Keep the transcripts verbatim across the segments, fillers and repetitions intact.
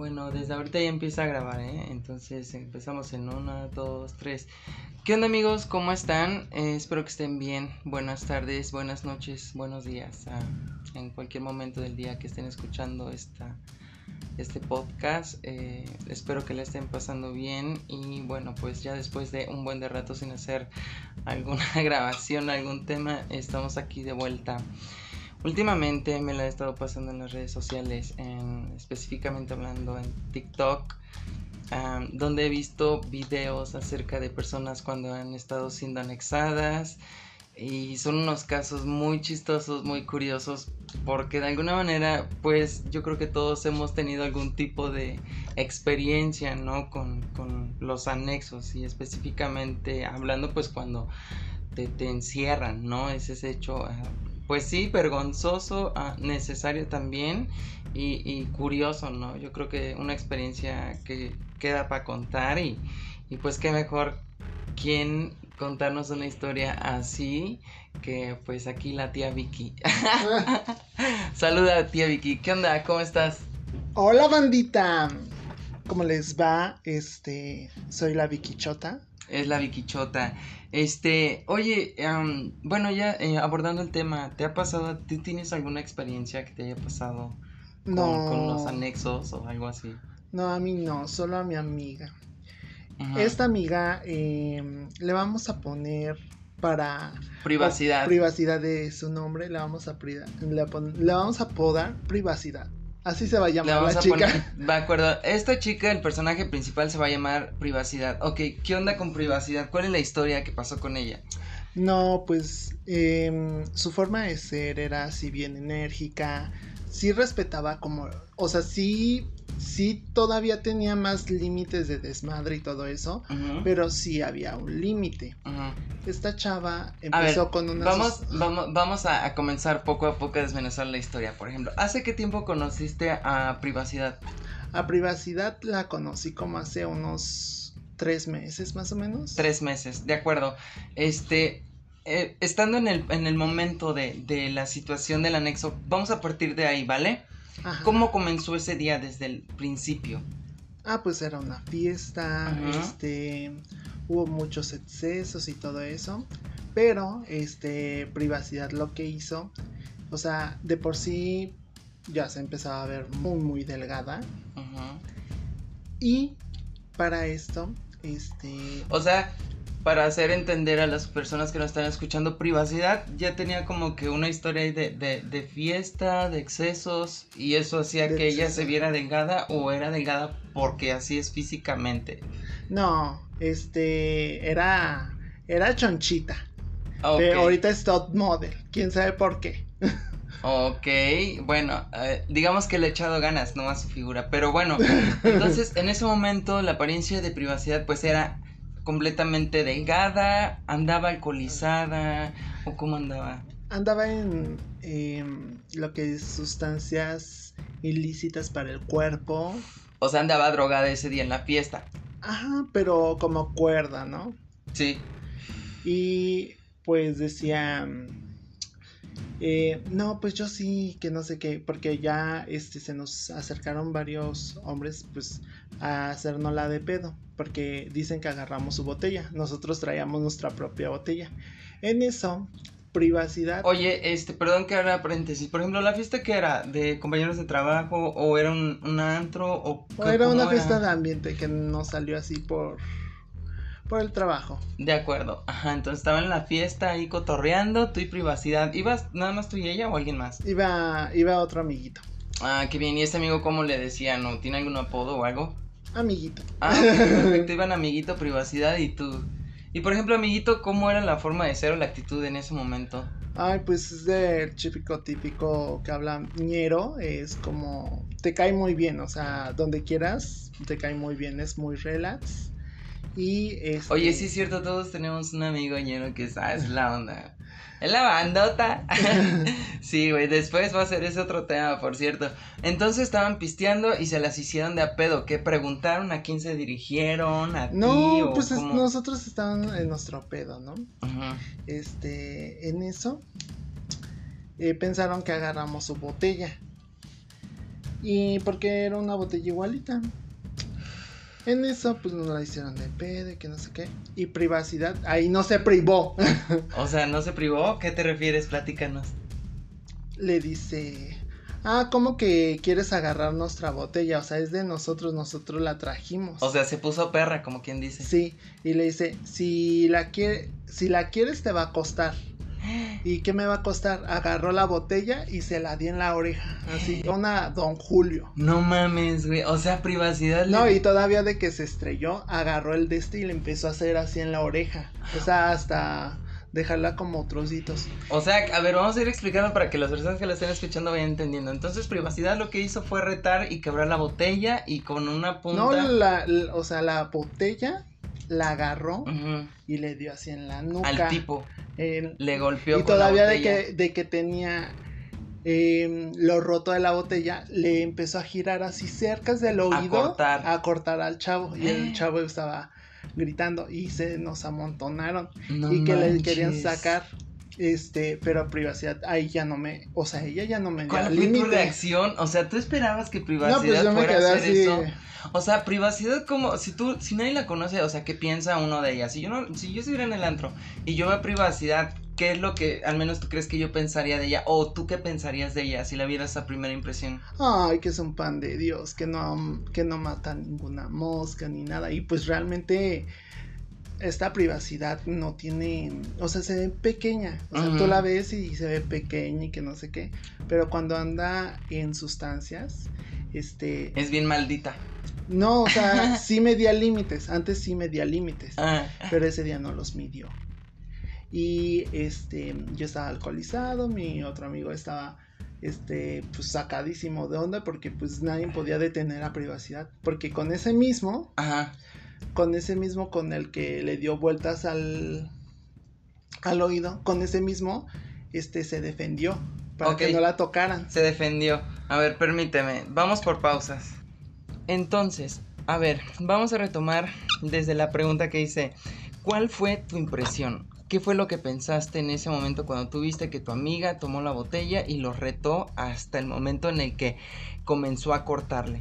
Bueno, desde ahorita ya empieza a grabar, ¿eh? Entonces empezamos en una, dos, tres. ¿Qué onda, amigos? ¿Cómo están? Eh, espero que estén bien. Buenas tardes, buenas noches, buenos días. Ah, en cualquier momento del día que estén escuchando esta, este podcast. Eh, espero que la estén pasando bien. Y bueno, pues ya después de un buen de rato sin hacer alguna grabación, algún tema, estamos aquí de vuelta. Últimamente me la he estado pasando en las redes sociales, en, específicamente hablando en TikTok, um, donde he visto videos acerca de personas cuando han estado siendo anexadas, y son unos casos muy chistosos, muy curiosos, porque de alguna manera pues yo creo que todos hemos tenido algún tipo de experiencia, ¿no? Con, con los anexos, y específicamente hablando pues cuando te, te encierran, ¿no? Es ese hecho, uh, pues sí, vergonzoso, uh, necesario también, y, y curioso, ¿no? Yo creo que una experiencia que queda para contar, y, y pues qué mejor quien contarnos una historia así que pues aquí la tía Vicky. Saluda, tía Vicky, ¿qué onda? ¿Cómo estás? Hola, bandita, ¿cómo les va? Este, soy la Vicky Chota. Es la Viquichota. Este, oye, um, bueno, ya eh, abordando el tema, ¿te ha pasado, tú tienes alguna experiencia que te haya pasado con, con los No, anexos o algo así? no, a mí no, solo a mi amiga. Ajá. Esta amiga eh, le vamos a poner para Privacidad. privacidad de su nombre, le vamos a pri- le, pon- le vamos a podar privacidad. Así se va a Le llamar vamos la a chica. poner, de acuerdo, esta chica, el personaje principal se va a llamar Privacidad. Ok, ¿qué onda con Privacidad? ¿Cuál es la historia que pasó con ella? No, pues eh, su forma de ser era así bien enérgica, sí respetaba como, o sea, sí, sí todavía tenía más límites de desmadre y todo eso, Uh-huh. pero sí había un límite. Uh-huh. Esta chava A ver, empezó con una... vamos, sus- vamos, vamos a, a comenzar poco a poco a desmenuzar la historia. Por ejemplo, ¿hace qué tiempo conociste a Privacidad? A privacidad la conocí como hace unos tres meses más o menos. Tres meses, de acuerdo. Este, eh, estando en el, en el momento de, de la situación del anexo, vamos a partir de ahí, ¿vale? Ajá. ¿Cómo comenzó ese día desde el principio? Ah, pues era una fiesta, Ajá. este, hubo muchos excesos y todo eso, pero, este, privacidad lo que hizo, o sea, de por sí ya se empezaba a ver muy, muy delgada, Ajá. y para esto, este, O sea, para hacer entender a las personas que nos están escuchando, Privacidad ya tenía como que una historia ahí de, de, de fiesta, de excesos, y eso hacía De que ella exceso. se viera delgada, o era delgada porque así es físicamente. no, este, era, era chonchita, pero Ok, ahorita es top model, quién sabe por qué. ok, bueno, eh, digamos que le he echado ganas, no a su figura, pero bueno, entonces en ese momento la apariencia de Privacidad pues era completamente delgada, andaba alcoholizada, o cómo andaba. Andaba en eh, lo que es sustancias ilícitas para el cuerpo. O sea, andaba drogada ese día en la fiesta. Ajá, pero como cuerda, ¿no? Sí. Y pues decía, eh, no, pues yo sí, que no sé qué, porque ya este, se nos acercaron varios hombres pues a hacernos la de pedo, porque dicen que agarramos su botella, nosotros traíamos nuestra propia botella. En eso, privacidad. Oye, este, perdón que haga paréntesis. Por ejemplo, ¿la fiesta que era? ¿De compañeros de trabajo? ¿O era un, un antro? ¿O O qué, era una cómo fiesta era? de ambiente que no salió así por, por el trabajo. De acuerdo. Ajá, entonces estaban en la fiesta ahí cotorreando, tú y Privacidad. ¿Ibas nada más tú y ella o alguien más? Iba, iba otro amiguito. Ah, qué bien. ¿Y ese amigo cómo le decían? ¿No tiene algún apodo o algo? Amiguito. Ah, ok, perfecto. Iban amiguito, Privacidad y tú. Y por ejemplo, amiguito, ¿cómo era la forma de ser o la actitud en ese momento? Ay, pues es del típico típico que habla ñero, es como te cae muy bien, o sea, donde quieras, te cae muy bien, es muy relax. Y este Oye, sí es cierto, todos tenemos un amigo ñero que es, ah, es la onda. Es la bandota. Sí, güey, después va a ser ese otro tema, por cierto. Entonces estaban pisteando y se las hicieron de a pedo. ¿Qué preguntaron? ¿A quién se dirigieron? ¿A ti no, o pues es, cómo? nosotros estábamos en nuestro pedo, ¿no? Ajá. Este, en eso eh, pensaron que agarramos su botella. Y porque era una botella igualita. En eso, pues nos la hicieron de pedo y que no sé qué. Y privacidad, ahí no se privó. O sea, ¿no se privó? ¿Qué te refieres? Platícanos. Le dice, ah, ¿cómo que quieres agarrar nuestra botella? O sea, es de nosotros, nosotros la trajimos. O sea, se puso perra, como quien dice. Sí, y le dice, si la, quiere, si la quieres te va a costar. ¿Y qué me va a costar? Agarró la botella y se la di en la oreja. Así, una Don Julio. No mames, güey. O sea, privacidad. No, le... y todavía de que se estrelló, agarró el de este y le empezó a hacer así en la oreja. O sea, hasta dejarla como trocitos. O sea, a ver, vamos a ir explicando para que las personas que la estén escuchando vayan entendiendo. Entonces, privacidad lo que hizo fue retar y quebrar la botella y con una punta. No, la, la o sea, la botella la agarró uh-huh. y le dio así en la nuca. Al tipo. El, le golpeó y con todavía la de botella. que, de que tenía eh, lo roto de la botella, le empezó a girar así cerca del oído. A cortar. A cortar al chavo. Y el chavo estaba gritando y se nos amontonaron. No y que manches. le querían sacar. Este, pero privacidad, ahí ya no me, o sea, ella ya no me dio ¿Cuál fue límite. tu reacción? O sea, ¿tú esperabas que privacidad no, pues yo fuera me quedé a hacer así. eso? O sea, privacidad como, si tú, si nadie la conoce, o sea, ¿qué piensa uno de ella? Si yo no, si yo estuviera en el antro y yo veo privacidad, ¿qué es lo que, al menos tú crees que yo pensaría de ella? O tú qué pensarías de ella si la vieras a primera impresión. Ay, que es un pan de Dios, que no, que no mata ninguna mosca ni nada. Y pues realmente esta privacidad no tiene, o sea, se ve pequeña, o sea, uh-huh. tú la ves y se ve pequeña y que no sé qué, pero cuando anda en sustancias, este... es bien maldita. No, o sea, sí medía límites, antes sí medía límites, ah. pero ese día no los midió. Y este, yo estaba alcoholizado, mi otro amigo estaba, este, pues sacadísimo de onda porque pues nadie podía detener a privacidad, porque con ese mismo... Ajá. Con ese mismo con el que le dio vueltas al al oído, con ese mismo este se defendió para okay. que no la tocaran. Se defendió. A ver, permíteme, vamos por pausas. Entonces, a ver, vamos a retomar desde la pregunta que hice. ¿Cuál fue tu impresión? ¿Qué fue lo que pensaste en ese momento cuando tú viste que tu amiga tomó la botella y lo retó hasta el momento en el que comenzó a cortarle?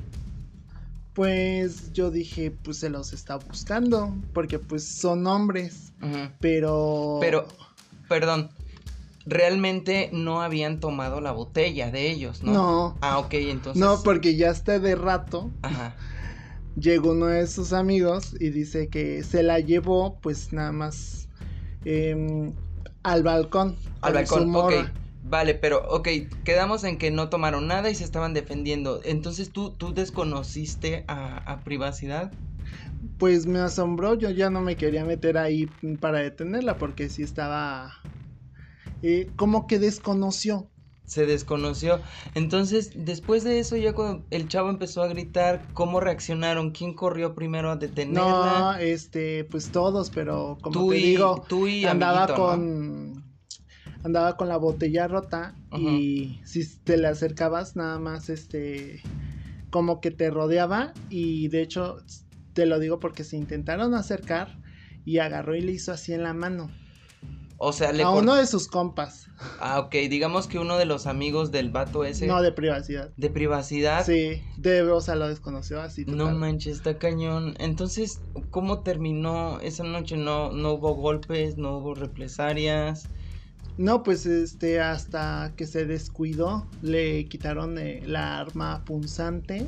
Pues yo dije, pues se los está buscando, porque pues son hombres, uh-huh. pero... Pero, perdón, realmente no habían tomado la botella de ellos, ¿no? No. Ah, ok, entonces... No, porque ya hasta de rato, ajá. llegó uno de sus amigos y dice que se la llevó, pues nada más, eh, al balcón. Al balcón, ok. Vale, pero, ok, quedamos en que no tomaron nada y se estaban defendiendo. Entonces, ¿tú, tú desconociste a, a privacidad? Pues me asombró, yo ya no me quería meter ahí para detenerla porque sí estaba... Eh, como que desconoció. Se desconoció. Entonces, después de eso, ya cuando el chavo empezó a gritar, ¿cómo reaccionaron? ¿Quién corrió primero a detenerla? No, este, pues todos, pero como tú te y, digo, tú y andaba amiguito, con... ¿no? Andaba con la botella rota, uh-huh. y si te le acercabas nada más, este, como que te rodeaba y de hecho te lo digo porque se intentaron acercar y agarró y le hizo así en la mano. O sea, le a cort... uno de sus compas. Ah, ok, digamos que uno de los amigos del vato ese. No, de privacidad. ¿De privacidad? Sí, de, o sea, lo desconoció así. Total. No manches, está cañón. Entonces, ¿cómo terminó esa noche? No, no hubo golpes, no hubo represalias. No, pues este, hasta que se descuidó, le quitaron eh, la arma punzante.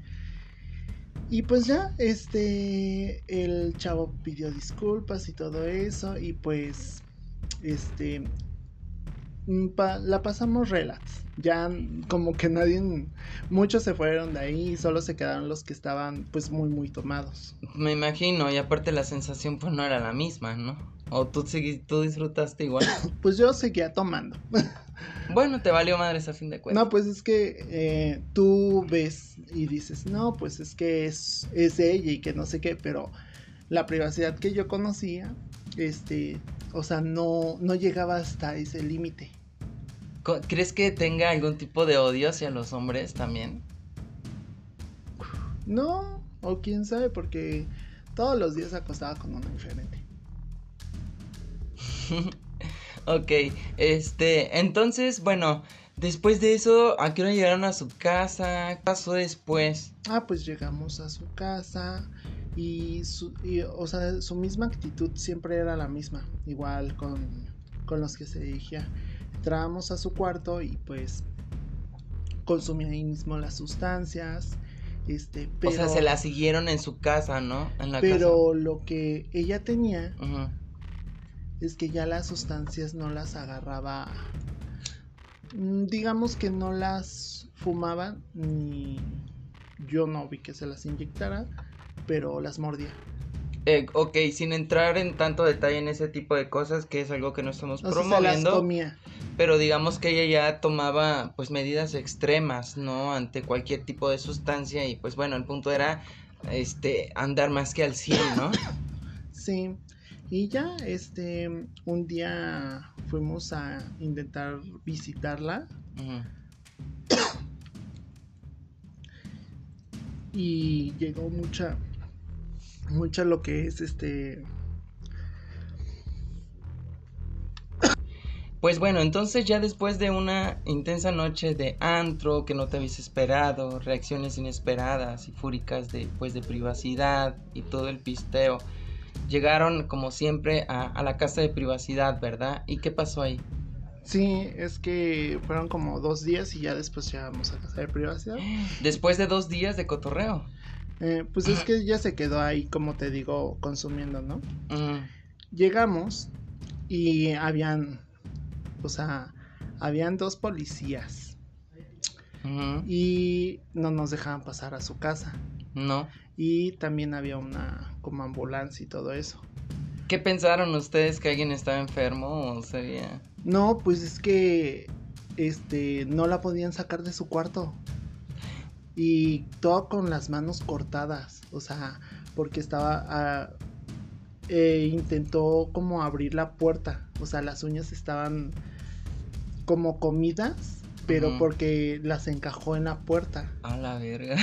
Y pues ya, este, el chavo pidió disculpas y todo eso. Y pues, este, pa- la pasamos relax. Ya como que nadie, muchos se fueron de ahí y solo se quedaron los que estaban pues muy muy tomados. Me imagino, y aparte la sensación pues no era la misma, ¿no? ¿O tú, segui- tú disfrutaste igual? Pues yo seguía tomando. Bueno, te valió madres a fin de cuentas. No, pues es que eh, tú ves y dices, no, pues es que es, es ella y que no sé qué, pero la privacidad que yo conocía, este, o sea, no, no llegaba hasta ese límite. ¿Crees que tenga algún tipo de odio hacia los hombres también? No, o quién sabe, porque todos los días acostaba con uno diferente. Ok, este, entonces, bueno, Después de eso, ¿a qué hora llegaron a su casa? ¿Qué pasó después? Ah, pues llegamos a su casa y, su, y, o sea, su misma actitud siempre era la misma, igual con, con los que se dirigía. Entrábamos a su cuarto y pues consumía ahí mismo las sustancias, este, pero... O sea, se la siguieron en su casa, ¿no? En la pero casa. lo que ella tenía Uh-huh. es que ya las sustancias no las agarraba, digamos que no las fumaba, ni yo no vi que se las inyectara, pero las mordía. Eh, ok, sin entrar en tanto detalle en ese tipo de cosas, que es algo que no estamos O sea, promoviendo, se las comía. Pero digamos que ella ya tomaba pues medidas extremas, ¿no? Ante cualquier tipo de sustancia y pues bueno, el punto era este andar más que al cien, ¿no? Sí. Y ya, este, un día fuimos a intentar visitarla. Uh-huh. Y llegó mucha, mucha lo que es este... Pues bueno, entonces ya después de una intensa noche de antro que no te habías esperado, reacciones inesperadas y fúricas de pues de privacidad y todo el pisteo, llegaron como siempre a, a la casa de privacidad, ¿verdad? ¿Y qué pasó ahí? Sí, es que fueron como dos días y ya después llegamos a casa de privacidad. Después de dos días de cotorreo. Eh, pues es que ella se quedó ahí, como te digo, consumiendo, ¿no? Uh-huh. Llegamos y habían, o sea, habían dos policías. Uh-huh. Y no nos dejaban pasar a su casa. No. Y también había una como ambulancia y todo eso. ¿Qué pensaron ustedes, que alguien estaba enfermo o sería? No, pues es que este no la podían sacar de su cuarto. Y todo con las manos cortadas, o sea, porque estaba uh, eh, intentó como abrir la puerta, o sea, las uñas estaban como comidas, pero uh-huh. porque las encajó en la puerta. A la verga.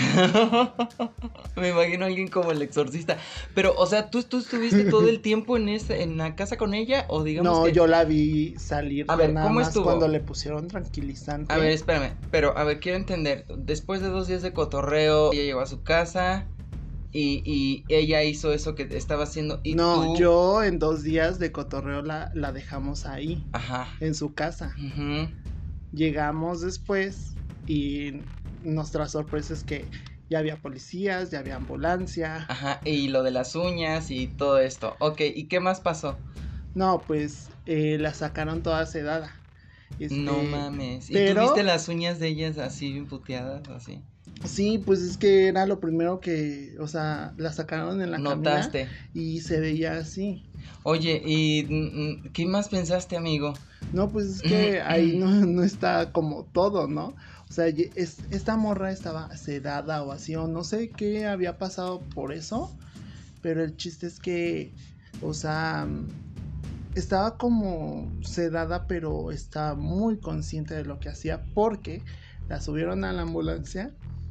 Me imagino a alguien como el exorcista. Pero, o sea, ¿tú, tú estuviste todo el tiempo en esa, en la casa con ella? O digamos no, que... yo la vi salir. A ver, nada ¿cómo más estuvo? Cuando le pusieron tranquilizante. A ver, espérame. Pero, a ver, quiero entender. Después de dos días de cotorreo, ella llegó a su casa y, y ella hizo eso que estaba haciendo. Y no, tú... yo en dos días de cotorreo la, la dejamos ahí. Ajá. En su casa. Uh-huh. Llegamos después y nuestra sorpresa es que ya había policías, ya había ambulancia. Ajá, y lo de las uñas y todo esto. Ok, ¿y qué más pasó? No, pues eh, la sacaron toda sedada. Este, no mames. ¿Y pero... tuviste las uñas de ellas así puteadas así? Sí, pues es que era lo primero que, o sea, la sacaron en la ¿Notaste? camina y se veía así. Oye, ¿y qué más pensaste, amigo? No, pues es que ahí no, no está como todo, ¿no? O sea, es, esta morra estaba sedada o así, o no sé qué había pasado por eso, pero el chiste es que, o sea, estaba como sedada, pero estaba muy consciente de lo que hacía porque la subieron a la ambulancia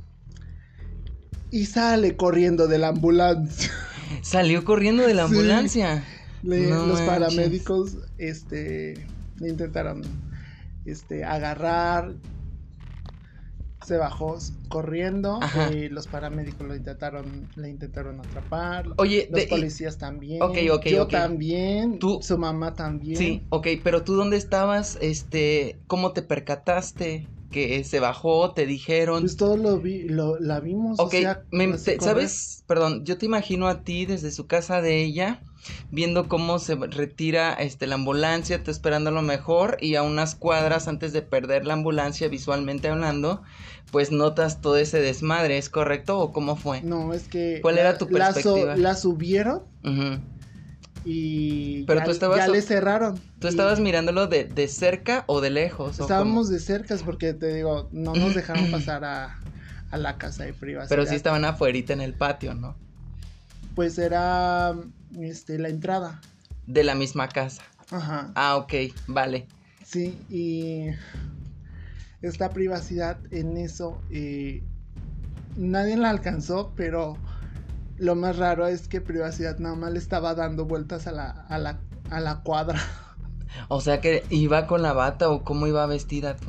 y sale corriendo de la ambulancia. ¿Salió corriendo de la ambulancia? Sí. Le, no los manches. Paramédicos este, le intentaron este, agarrar, se bajó corriendo, eh, los paramédicos lo intentaron, le intentaron atrapar. Oye, los de, policías también. Okay, okay, yo okay. también. ¿Tú? Su mamá también. Sí, ok, pero tú dónde estabas, este, ¿cómo te percataste? Que se bajó, te dijeron. Pues todo lo vi, lo, la vimos. Ok, o sea, me, te, ¿sabes? Perdón, yo te imagino a ti desde su casa de ella, viendo cómo se retira este la ambulancia, tú esperando lo mejor, y a unas cuadras antes de perder la ambulancia, visualmente hablando, pues notas todo ese desmadre, ¿es correcto o cómo fue? No, es que... ¿Cuál la, era tu perspectiva? La, so, la subieron. Uh-huh. Y pero ya, tú estabas, ya le cerraron. ¿Tú estabas y... mirándolo de, de cerca o de lejos? Estábamos ¿o de cerca porque te digo, no nos dejaron pasar a, a la casa de privacidad. Pero sí estaban afuerita en el patio, ¿no? Pues era este la entrada. De la misma casa. Ajá. Ah, ok, vale. Sí, y esta privacidad en eso, eh, nadie la alcanzó, pero... Lo más raro es que privacidad nada más le estaba dando vueltas a la, a la, a la cuadra. O sea que iba con la bata o cómo iba vestida tú.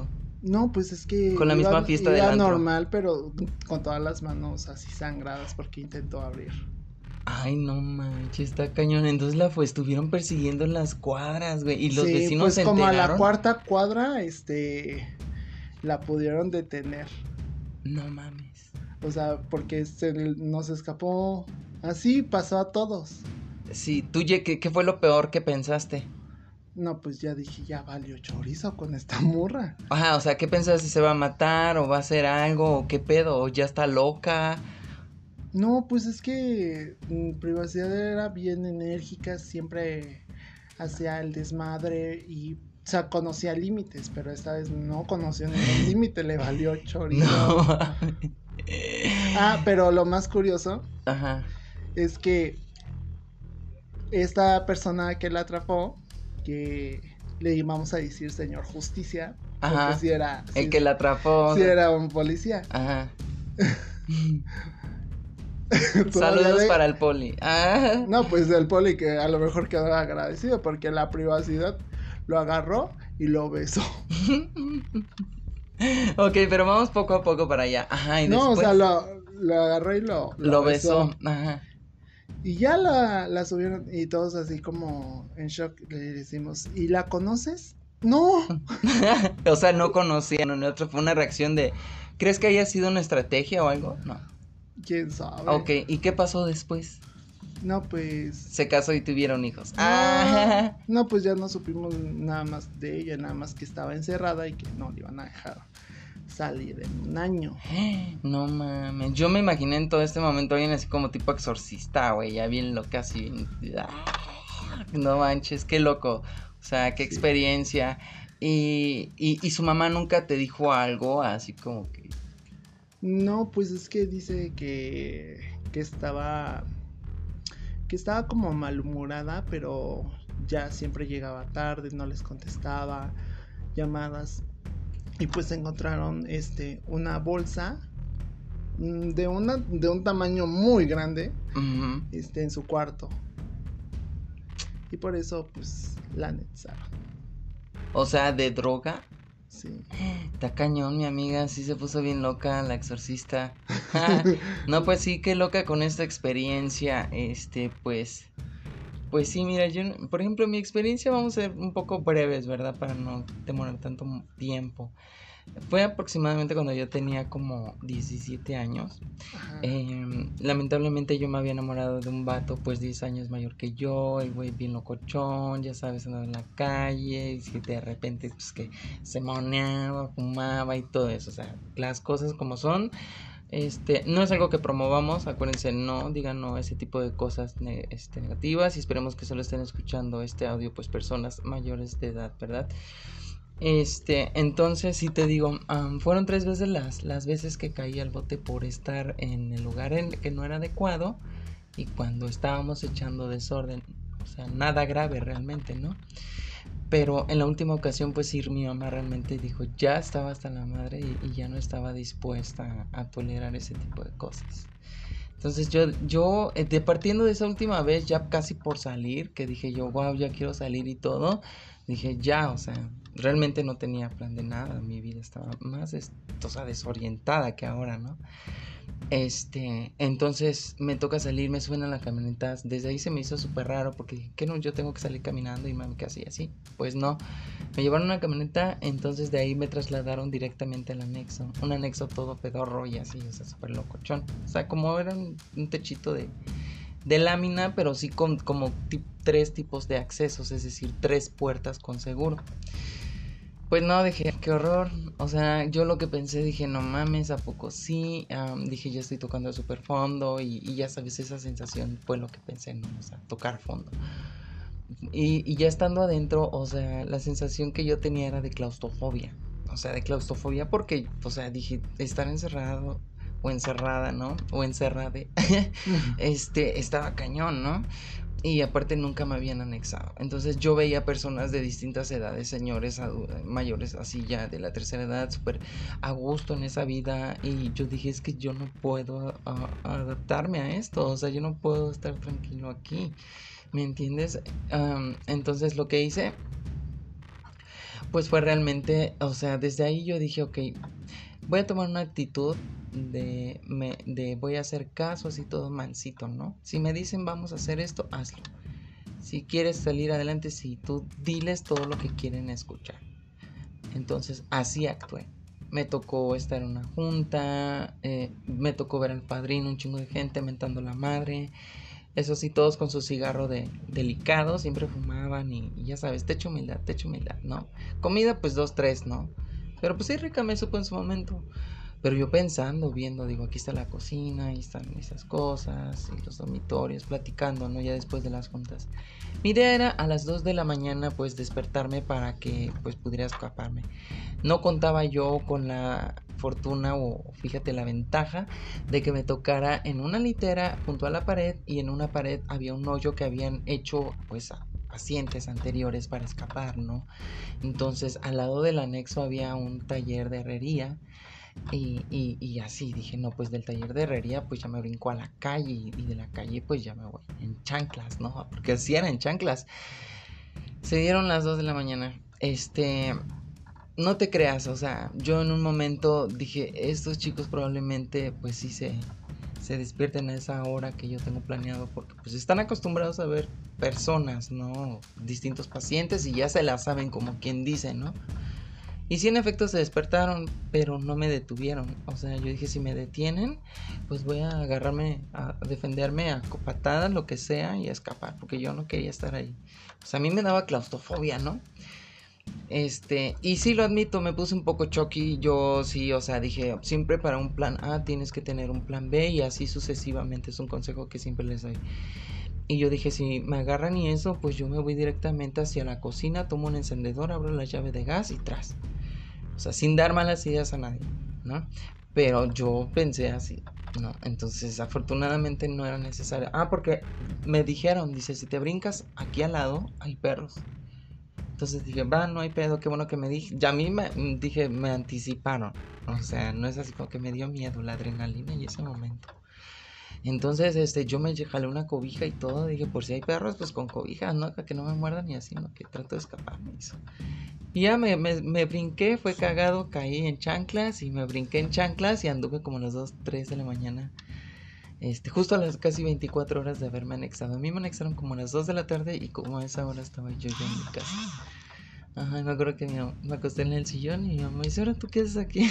No, pues es que Con la iba, misma fiesta iba del antro. normal, pero con todas las manos así sangradas porque intentó abrir. Ay, no manches, está cañón. Entonces la fue, estuvieron persiguiendo en las cuadras, güey. ¿Y los Sí, vecinos pues se como a la enteraron? cuarta cuadra, este, la pudieron detener. No mames. O sea, porque se nos escapó. Así pasó a todos. Sí, tú, ye- ¿qué, qué fue lo peor que pensaste? No, pues ya dije, ya valió chorizo con esta morra. Ajá, o sea, ¿qué pensaste? ¿Se va a matar o va a hacer algo? ¿O qué pedo? ¿O ya está loca? No, pues es que mm, privacidad era bien enérgica, siempre hacía el desmadre y, o sea, conocía límites, pero esta vez no conoció ningún límite, le valió chorizo. No. Ah, pero lo más curioso Ajá. es que esta persona que la atrapó, que le íbamos a decir señor justicia, porque Ajá. si era, El si, que la atrapó. si era un policía. Ajá. Todavía Saludos de... para el poli. Ah. No, pues el poli que a lo mejor quedó agradecido porque la privacidad lo agarró y lo besó. Ok, pero vamos poco a poco para allá. Ajá, y No, después o sea, lo, lo agarró y lo, lo, lo besó. besó. Ajá. Y ya la, la subieron y todos así como en shock le decimos, ¿y la conoces? No. O sea, no conocían, no, otra fue una reacción de, ¿crees que haya sido una estrategia o algo? No. ¿Quién sabe? Ok, ¿y qué pasó después? No, pues... Se casó y tuvieron hijos. No, Ah. no, pues ya no supimos nada más de ella, nada más que estaba encerrada y que no le iban a dejar salir en un año. No mames, yo me imaginé en todo este momento alguien así como tipo exorcista, güey, ya bien loca, así bien... ¡Ah! No manches, qué loco, o sea, qué Sí. experiencia. Y, y, y su mamá nunca te dijo algo así como que... No, pues es que dice que, que estaba que estaba como malhumorada, pero ya siempre llegaba tarde, no les contestaba llamadas y pues encontraron este una bolsa mm, de una de un tamaño muy grande Ujú. este en su cuarto. Y por eso pues la anexaron. O sea, de droga. Sí. Está cañón, mi amiga, sí se puso bien loca la exorcista. No, pues sí, qué loca con esta experiencia. Este, pues, pues sí, mira, yo, por ejemplo, mi experiencia vamos a ser un poco breves, ¿verdad? Para no demorar tanto m- tiempo. Fue aproximadamente cuando yo tenía como diecisiete años. Ajá. Eh, lamentablemente yo me había enamorado de un vato pues diez años mayor que yo, el güey bien locochón, ya sabes, andaba en la calle, y si de repente pues que se moneaba, fumaba y todo eso, o sea, las cosas como son. Este, no es algo que promovamos, acuérdense, no digan no a ese tipo de cosas ne- este, negativas y esperemos que solo estén escuchando este audio pues personas mayores de edad, ¿verdad? Este, entonces sí te digo, um, fueron tres veces las, las veces que caí al bote por estar en el lugar en que no era adecuado y cuando estábamos echando desorden, o sea, nada grave realmente, ¿no? Pero en la última ocasión, pues sí, mi mamá realmente dijo, ya estaba hasta la madre y, y ya no estaba dispuesta a, a tolerar ese tipo de cosas. Entonces yo, yo eh, de partiendo de esa última vez, ya casi por salir, que dije yo, wow, ya quiero salir y todo, dije ya, o sea, realmente no tenía plan de nada, mi vida estaba más, des- o sea, desorientada que ahora, ¿no? Este, entonces me toca salir, me suben a la camioneta, desde ahí se me hizo súper raro porque dije, ¿qué no? Yo tengo que salir caminando y mami, ¿qué hacía así? Pues no, me llevaron a una camioneta, entonces de ahí me trasladaron directamente al anexo, un anexo todo pedorro y así, o sea, súper locochón, o sea, como era un, un techito de, de lámina, pero sí con como ti- tres tipos de accesos, es decir, tres puertas con seguro. Pues no, dije, qué horror. O sea, yo lo que pensé, dije, no mames, ¿a poco sí? Am, dije, ya estoy tocando de súper fondo y, y ya sabes, esa sensación fue lo que pensé, ¿no? O sea, tocar fondo. Y, y ya estando adentro, o sea, la sensación que yo tenía era de claustrofobia. O sea, de claustrofobia porque, o sea, dije, estar encerrado o encerrada, ¿no? O encerrade. Este, estaba cañón, ¿no? Y aparte nunca me habían anexado. Entonces yo veía personas de distintas edades, señores adu- mayores así ya de la tercera edad, súper a gusto en esa vida. Y yo dije, es que yo no puedo a- adaptarme a esto. O sea, yo no puedo estar tranquilo aquí. ¿Me entiendes? Am, entonces lo que hice, pues fue realmente, o sea, desde ahí yo dije, ok, voy a tomar una actitud de, me, de voy a hacer caso así todo mansito, ¿no? Si me dicen vamos a hacer esto, hazlo. Si quieres salir adelante, si tú diles todo lo que quieren escuchar. Entonces así actué. Me tocó estar en una junta, eh, me tocó ver al padrino, un chingo de gente mentando la madre. Eso sí, todos con su cigarro de delicado, siempre fumaban y, y ya sabes, te echo humildad, te echo humildad, ¿no? Comida pues dos, tres, ¿no? Pero pues sí, rica me supo en su momento. Pero yo pensando, viendo, digo, aquí está la cocina, ahí están esas cosas, y los dormitorios, platicando, ¿no? Ya después de las juntas. Mi idea era a las dos de la mañana, pues, despertarme para que, pues, pudiera escaparme. No contaba yo con la fortuna o, fíjate, la ventaja de que me tocara en una litera junto a la pared y en una pared había un hoyo que habían hecho, pues, a pacientes anteriores para escapar, ¿no? Entonces, al lado del anexo había un taller de herrería. Y, y, y así dije, no, pues del taller de herrería pues ya me brinco a la calle y, y de la calle pues ya me voy en chanclas, ¿no? Porque así era en chanclas. Se dieron las dos de la mañana. Este, no te creas, o sea, yo en un momento dije, estos chicos probablemente pues sí se, se despierten a esa hora que yo tengo planeado porque pues están acostumbrados a ver personas, ¿no? Distintos pacientes y ya se la saben como quien dice, ¿no? Y sí, en efecto se despertaron, pero no me detuvieron. O sea, yo dije, si me detienen, pues voy a agarrarme, a defenderme a patadas, lo que sea, y a escapar, porque yo no quería estar ahí. O sea, a mí me daba claustrofobia, ¿no? Este, y sí lo admito, me puse un poco choqui. Yo sí, o sea, dije, siempre para un plan A tienes que tener un plan B, y así sucesivamente. Es un consejo que siempre les doy. Y yo dije, si me agarran y eso, pues yo me voy directamente hacia la cocina, tomo un encendedor, abro la llave de gas y tras. O sea, sin dar malas ideas a nadie, ¿no? Pero yo pensé así, ¿no? Entonces, afortunadamente no era necesario. Ah, porque me dijeron, dice, si te brincas aquí al lado, hay perros. Entonces dije, va, no hay pedo, qué bueno que me dije. Ya a mí me dije, me anticiparon. O sea, no es así como que me dio miedo la adrenalina y ese momento. Entonces, este, yo me jalé una cobija y todo. Dije, por si hay perros, pues con cobijas, ¿no? Para que no me muerdan y así, ¿no? Que trato de escaparme. Eso. Y ya me, me, me brinqué, fue cagado, caí en chanclas y me brinqué en chanclas y anduve como a las dos, tres de la mañana. Este, justo a las casi veinticuatro horas de haberme anexado. A mí me anexaron como a las dos de la tarde y como a esa hora estaba yo ya en mi casa. Ajá, me acuerdo que mi mamá, me acosté en el sillón y mi mamá dice, ¿ahora tú qué haces aquí?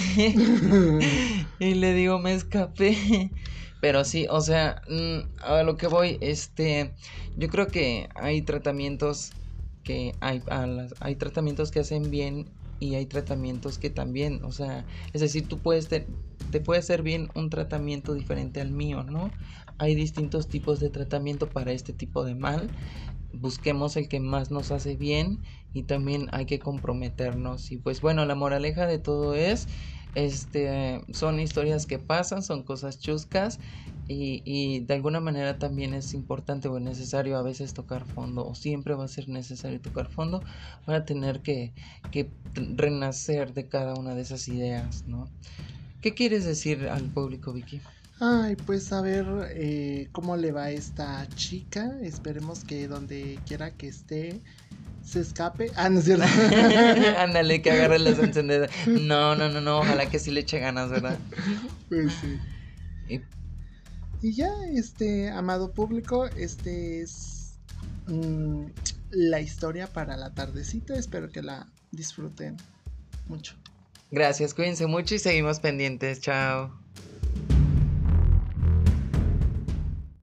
Y le digo, me escapé. Pero sí, o sea, a lo que voy, este, yo creo que hay tratamientos que hay, a las, hay tratamientos que hacen bien y hay tratamientos que también, o sea, es decir, tú puedes, te, te puede hacer bien un tratamiento diferente al mío, ¿no? Hay distintos tipos de tratamiento para este tipo de mal. Busquemos el que más nos hace bien y también hay que comprometernos. Y pues bueno, la moraleja de todo es, este, son historias que pasan, son cosas chuscas y, y de alguna manera también es importante o necesario a veces tocar fondo, o siempre va a ser necesario tocar fondo para tener que, que renacer de cada una de esas ideas, ¿no? ¿Qué quieres decir al público, Vicky? Ay, pues a ver eh, cómo le va a esta chica. Esperemos que donde quiera que esté se escape. Ah, no es cierto. Ándale, que agarre las encendidas. No, no, no, no. Ojalá que sí le eche ganas, ¿verdad? Pues sí. Y, y ya, este, amado público, este es mmm, la historia para la tardecita. Espero que la disfruten mucho. Gracias, cuídense mucho y seguimos pendientes. Chao.